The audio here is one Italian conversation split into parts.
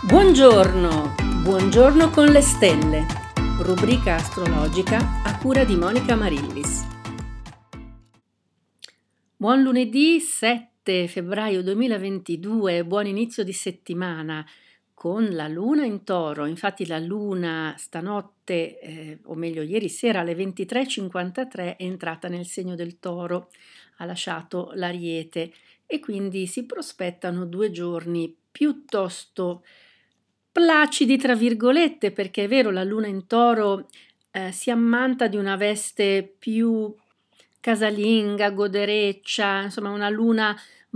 Buongiorno, buongiorno con le stelle, rubrica astrologica a cura di Monica Marillis. Buon lunedì 7 febbraio 2022, buon inizio di settimana con la luna in Toro. Infatti la luna stanotte, o meglio ieri sera alle 23:53 è entrata nel segno del Toro, ha lasciato l'Ariete e quindi si prospettano 2 giorni piuttosto placidi tra virgolette, perché è vero, la luna in Toro si ammanta di una veste più casalinga, godereccia, insomma una luna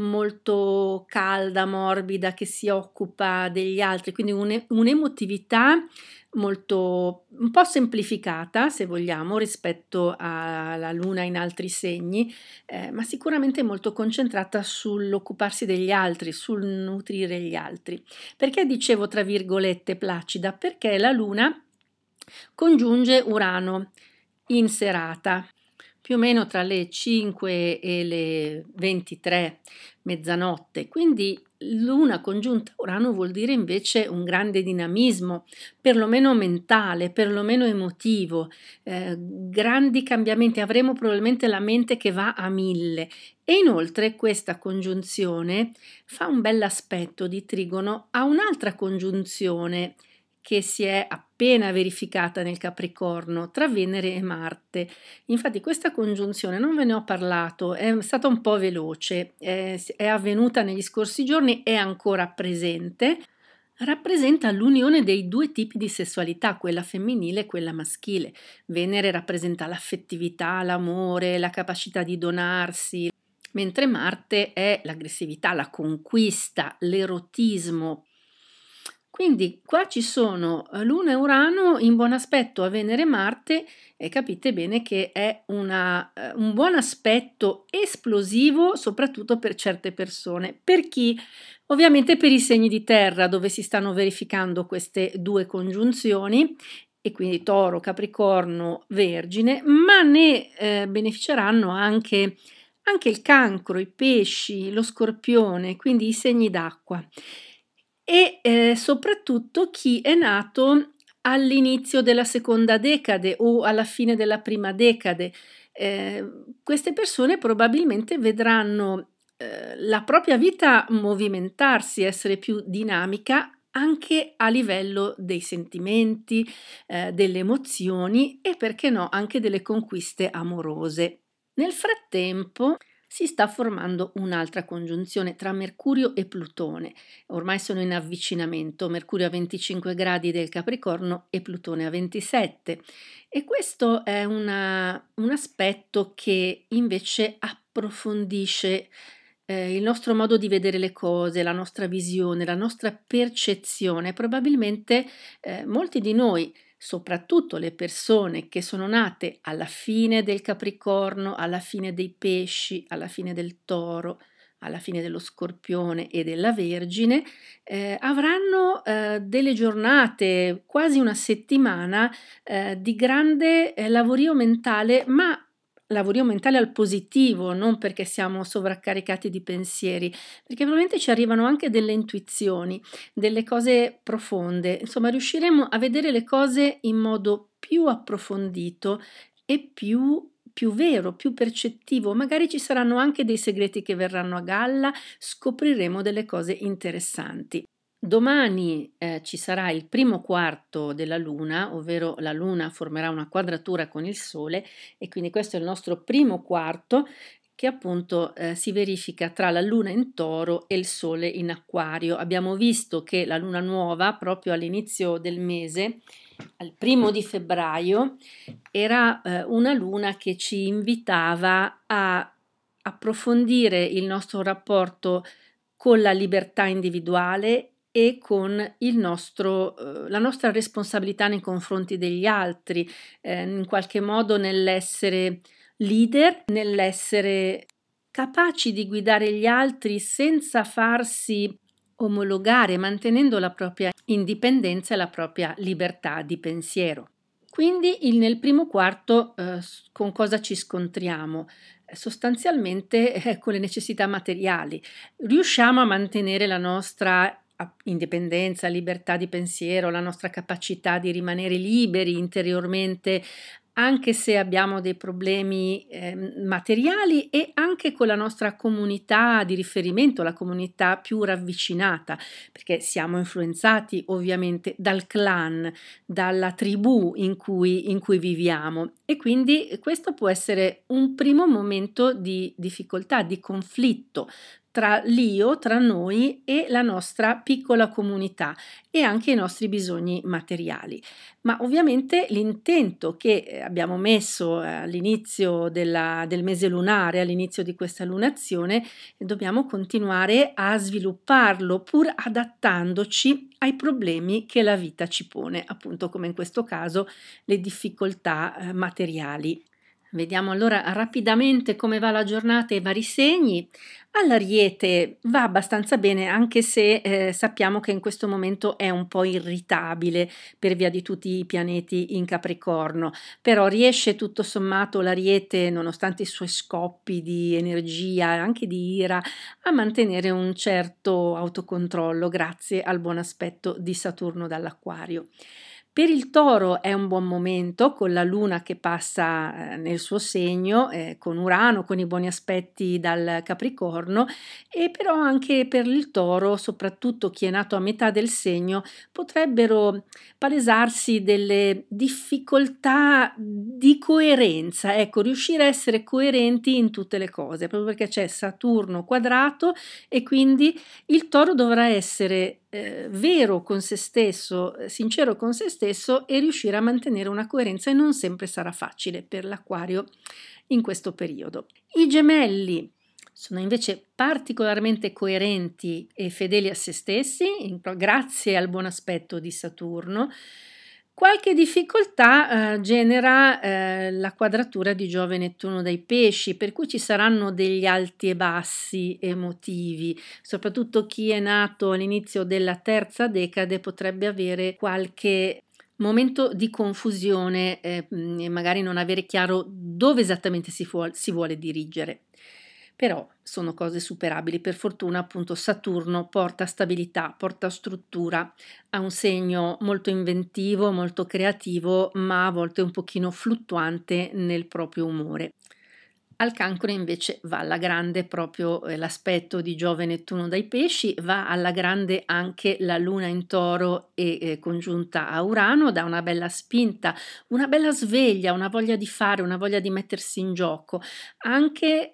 molto calda, morbida, che si occupa degli altri, quindi un'emotività molto un po' semplificata, se vogliamo, rispetto alla luna in altri segni, ma sicuramente molto concentrata sull'occuparsi degli altri, sul nutrire gli altri. Perché dicevo tra virgolette placida? Perché la luna congiunge Urano in serata, più o meno tra le 5 e le 23, mezzanotte. Quindi luna congiunta Urano vuol dire invece un grande dinamismo, perlomeno mentale, perlomeno emotivo, grandi cambiamenti, avremo probabilmente la mente che va a 1000 e inoltre questa congiunzione fa un bell'aspetto di trigono a un'altra congiunzione che si è appena verificata nel Capricorno tra Venere e Marte. Infatti questa congiunzione non ve ne ho parlato, è stata un po' veloce, è avvenuta negli scorsi giorni, è ancora presente. Rappresenta l'unione dei due tipi di sessualità, quella femminile e quella maschile. Venere rappresenta l'affettività, l'amore, la capacità di donarsi, mentre Marte è l'aggressività, la conquista, l'erotismo. Quindi qua ci sono Luna e Urano in buon aspetto a Venere e Marte e capite bene che è un buon aspetto esplosivo soprattutto per certe persone. Per chi? Ovviamente per i segni di terra dove si stanno verificando queste due congiunzioni e quindi Toro, Capricorno, Vergine, ma ne beneficeranno anche il Cancro, i Pesci, lo Scorpione, quindi i segni d'acqua. E soprattutto chi è nato all'inizio della seconda decade o alla fine della prima decade. Queste persone probabilmente vedranno la propria vita movimentarsi, essere più dinamica anche a livello dei sentimenti, delle emozioni e perché no anche delle conquiste amorose. Nel frattempo si sta formando un'altra congiunzione tra Mercurio e Plutone. Ormai sono in avvicinamento, Mercurio a 25 gradi del Capricorno e Plutone a 27. E questo è un aspetto che invece approfondisce il nostro modo di vedere le cose, la nostra visione, la nostra percezione. Probabilmente molti di noi, soprattutto le persone che sono nate alla fine del Capricorno, alla fine dei Pesci, alla fine del Toro, alla fine dello Scorpione e della Vergine, avranno delle giornate, quasi una settimana, di grande lavorio mentale, ma lavorio mentale al positivo, non perché siamo sovraccaricati di pensieri, perché probabilmente ci arrivano anche delle intuizioni, delle cose profonde, insomma riusciremo a vedere le cose in modo più approfondito e più vero, più percettivo. Magari ci saranno anche dei segreti che verranno a galla, scopriremo delle cose interessanti. Domani ci sarà il primo quarto della Luna, ovvero la Luna formerà una quadratura con il Sole e quindi questo è il nostro primo quarto che appunto si verifica tra la Luna in Toro e il Sole in Acquario. Abbiamo visto che la Luna nuova, proprio all'inizio del mese, al 1 febbraio, era una Luna che ci invitava a approfondire il nostro rapporto con la libertà individuale e con la nostra responsabilità nei confronti degli altri, in qualche modo nell'essere leader, nell'essere capaci di guidare gli altri senza farsi omologare, mantenendo la propria indipendenza e la propria libertà di pensiero. Quindi nel primo quarto con cosa ci scontriamo? Sostanzialmente con le necessità materiali. Riusciamo a mantenere la nostra indipendenza, libertà di pensiero, la nostra capacità di rimanere liberi interiormente, anche se abbiamo dei problemi, materiali e anche con la nostra comunità di riferimento, la comunità più ravvicinata, perché siamo influenzati ovviamente dal clan, dalla tribù in cui viviamo e quindi questo può essere un primo momento di difficoltà, di conflitto tra l'io, tra noi e la nostra piccola comunità e anche i nostri bisogni materiali. Ma ovviamente l'intento che abbiamo messo all'inizio del mese lunare, all'inizio di questa lunazione, dobbiamo continuare a svilupparlo pur adattandoci ai problemi che la vita ci pone, appunto come in questo caso le difficoltà materiali. Vediamo allora rapidamente come va la giornata e i vari segni. All'Ariete va abbastanza bene, anche se sappiamo che in questo momento è un po' irritabile per via di tutti i pianeti in Capricorno, però riesce tutto sommato l'Ariete, nonostante i suoi scoppi di energia, anche di ira, a mantenere un certo autocontrollo grazie al buon aspetto di Saturno dall'Acquario. Per il Toro è un buon momento con la Luna che passa nel suo segno, con Urano, con i buoni aspetti dal Capricorno e però anche per il Toro, soprattutto chi è nato a metà del segno, potrebbero palesarsi delle difficoltà di coerenza, ecco, riuscire a essere coerenti in tutte le cose, proprio perché c'è Saturno quadrato e quindi il Toro dovrà essere vero con se stesso, sincero con se stesso e riuscire a mantenere una coerenza e non sempre sarà facile per l'Acquario in questo periodo. I Gemelli sono invece particolarmente coerenti e fedeli a se stessi, grazie al buon aspetto di Saturno. Qualche difficoltà genera la quadratura di Giove e Nettuno dai Pesci, per cui ci saranno degli alti e bassi emotivi, soprattutto chi è nato all'inizio della terza decade potrebbe avere qualche momento di confusione e magari non avere chiaro dove esattamente si vuole dirigere. Però sono cose superabili, per fortuna appunto Saturno porta stabilità, porta struttura, ha un segno molto inventivo, molto creativo, ma a volte un pochino fluttuante nel proprio umore. Al Cancro invece va alla grande proprio l'aspetto di Giove e Nettuno dai Pesci, va alla grande anche la Luna in Toro e congiunta a Urano, dà una bella spinta, una bella sveglia, una voglia di fare, una voglia di mettersi in gioco, anche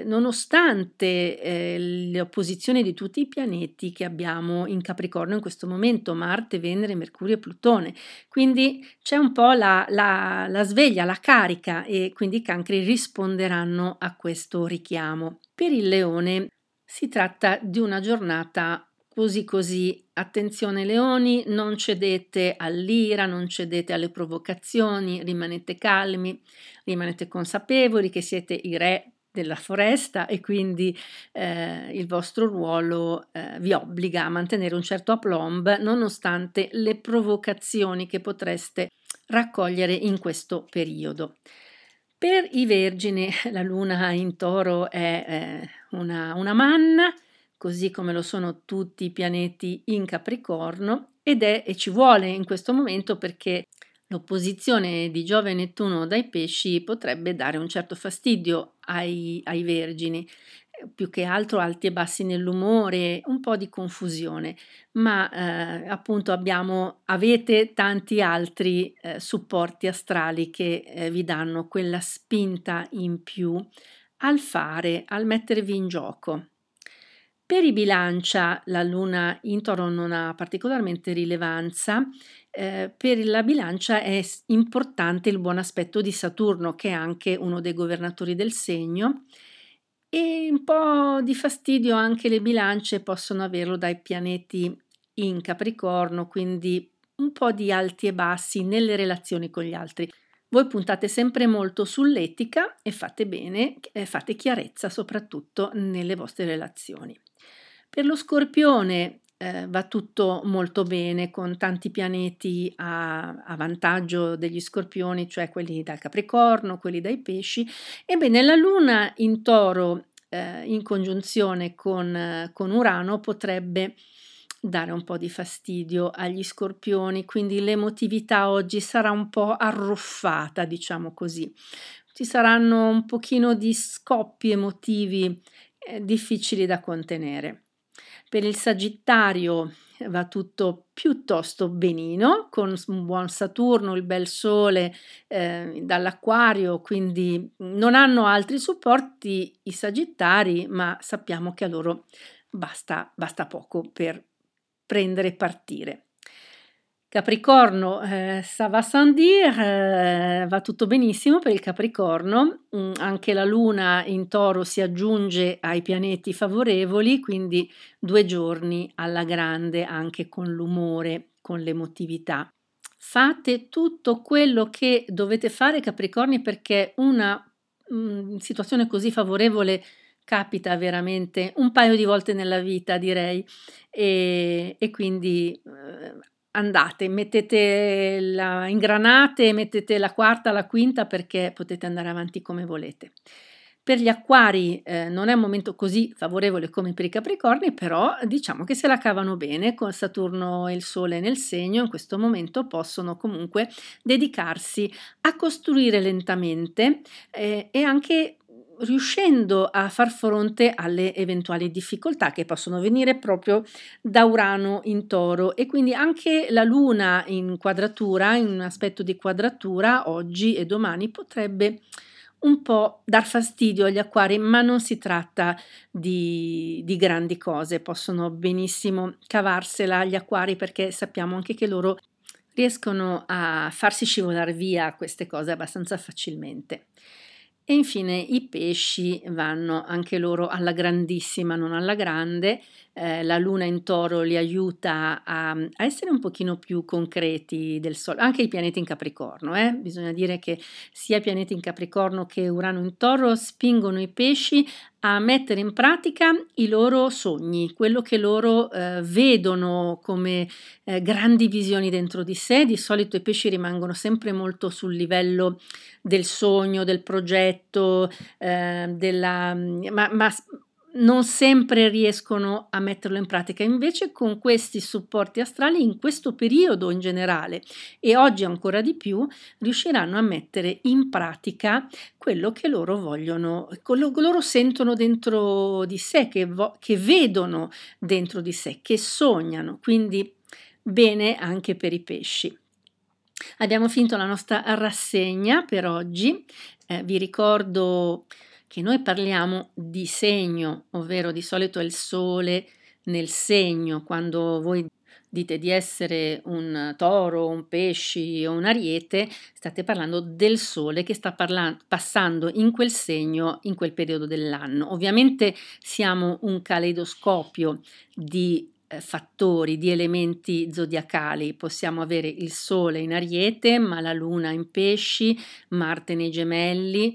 nonostante le opposizioni di tutti i pianeti che abbiamo in Capricorno in questo momento, Marte, Venere, Mercurio e Plutone. Quindi c'è un po' la sveglia, la carica e quindi i cancri risponderanno a questo richiamo. Per il Leone si tratta di una giornata così così. Attenzione leoni, non cedete all'ira, non cedete alle provocazioni, rimanete calmi, rimanete consapevoli che siete i re della foresta e quindi il vostro ruolo vi obbliga a mantenere un certo aplomb nonostante le provocazioni che potreste raccogliere in questo periodo. Per i Vergini la luna in Toro è una manna, così come lo sono tutti i pianeti in Capricorno e ci vuole in questo momento perché l'opposizione di Giove e Nettuno dai Pesci potrebbe dare un certo fastidio ai Vergini, più che altro alti e bassi nell'umore, un po' di confusione, ma appunto avete tanti altri supporti astrali che vi danno quella spinta in più al fare, al mettervi in gioco. Per i Bilancia la luna in Toro non ha particolarmente rilevanza, per la Bilancia è importante il buon aspetto di Saturno, che è anche uno dei governatori del segno, e un po' di fastidio anche le bilance possono averlo dai pianeti in Capricorno, quindi un po' di alti e bassi nelle relazioni con gli altri. Voi puntate sempre molto sull'etica e fate bene, fate chiarezza soprattutto nelle vostre relazioni. Per lo Scorpione va tutto molto bene con tanti pianeti a vantaggio degli Scorpioni, cioè quelli dal Capricorno, quelli dai Pesci. Ebbene, la Luna in Toro in congiunzione con Urano potrebbe dare un po' di fastidio agli Scorpioni, quindi l'emotività oggi sarà un po' arruffata, diciamo così. Ci saranno un pochino di scoppi emotivi, difficili da contenere. Per il Sagittario va tutto piuttosto benino, con un buon Saturno, il bel Sole dall'Acquario, quindi non hanno altri supporti i Sagittari, ma sappiamo che a loro basta poco per prendere e partire. Capricorno, ça va sans dire, va tutto benissimo per il Capricorno, anche la Luna in Toro si aggiunge ai pianeti favorevoli, quindi 2 giorni alla grande anche con l'umore, con l'emotività. Fate tutto quello che dovete fare Capricorni perché una, situazione così favorevole capita veramente un paio di volte nella vita direi, e quindi, andate, ingranate, mettete la quarta, la quinta perché potete andare avanti come volete. Per gli Acquari, non è un momento così favorevole come per i Capricorni, però diciamo che se la cavano bene con Saturno e il Sole nel segno, in questo momento possono comunque dedicarsi a costruire lentamente, e anche riuscendo a far fronte alle eventuali difficoltà che possono venire proprio da Urano in Toro, e quindi anche la Luna in quadratura, in un aspetto di quadratura oggi e domani potrebbe un po' dar fastidio agli Acquari, ma non si tratta di grandi cose, possono benissimo cavarsela gli Acquari perché sappiamo anche che loro riescono a farsi scivolar via queste cose abbastanza facilmente. E infine i pesci vanno anche loro alla grandissima, non alla grande. La luna in Toro li aiuta a essere un pochino più concreti del solito, anche i pianeti in Capricorno, bisogna dire che sia i pianeti in Capricorno che Urano in Toro spingono i pesci a mettere in pratica i loro sogni, quello che loro vedono come grandi visioni dentro di sé. Di solito i pesci rimangono sempre molto sul livello del sogno, del progetto, ma non sempre riescono a metterlo in pratica. Invece con questi supporti astrali, in questo periodo in generale e oggi ancora di più, riusciranno a mettere in pratica quello che loro vogliono, quello che loro sentono dentro di sé, che vedono dentro di sé, che sognano. Quindi bene anche per i pesci. Abbiamo finito la nostra rassegna per oggi. Vi ricordo che noi parliamo di segno, ovvero di solito è il Sole nel segno. Quando voi dite di essere un Toro, un Pesci o un Ariete, state parlando del Sole che sta passando in quel segno in quel periodo dell'anno. Ovviamente siamo un caleidoscopio di fattori, di elementi zodiacali. Possiamo avere il Sole in Ariete, ma la Luna in Pesci, Marte nei Gemelli,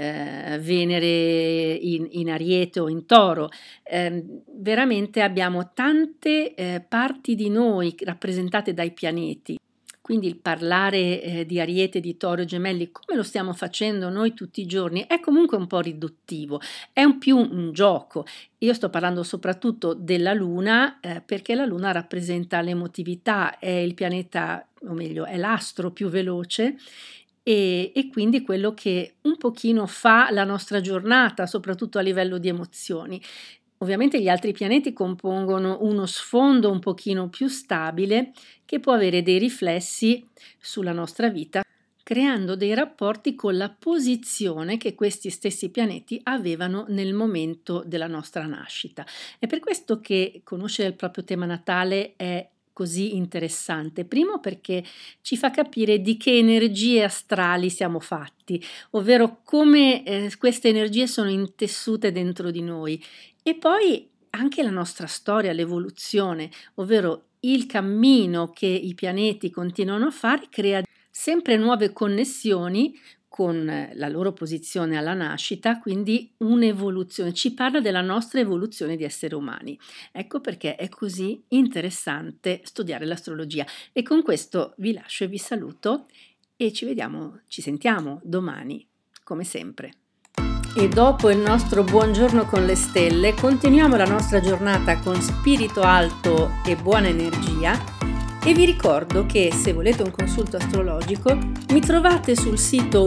Venere in Ariete o in Toro. Veramente abbiamo tante parti di noi rappresentate dai pianeti. Quindi il parlare di Ariete, di Toro e Gemelli, come lo stiamo facendo noi tutti i giorni, è comunque un po' riduttivo, è più un gioco. Io sto parlando soprattutto della Luna, perché la Luna rappresenta l'emotività, è il pianeta, o meglio, è l'astro più veloce e quindi quello che un pochino fa la nostra giornata, soprattutto a livello di emozioni. Ovviamente gli altri pianeti compongono uno sfondo un pochino più stabile che può avere dei riflessi sulla nostra vita, creando dei rapporti con la posizione che questi stessi pianeti avevano nel momento della nostra nascita. È per questo che conoscere il proprio tema natale è così interessante. Primo perché ci fa capire di che energie astrali siamo fatti, ovvero come queste energie sono intessute dentro di noi. E poi anche la nostra storia, l'evoluzione, ovvero il cammino che i pianeti continuano a fare, crea sempre nuove connessioni con la loro posizione alla nascita, quindi un'evoluzione, ci parla della nostra evoluzione di esseri umani. Ecco perché è così interessante studiare l'astrologia. E con questo vi lascio e vi saluto e ci sentiamo domani, come sempre. E dopo il nostro buongiorno con le stelle, continuiamo la nostra giornata con spirito alto e buona energia e vi ricordo che se volete un consulto astrologico mi trovate sul sito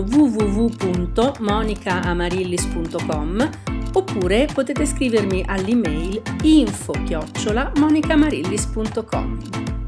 www.monicaamarillis.com oppure potete scrivermi all'email info@monicamarillis.com.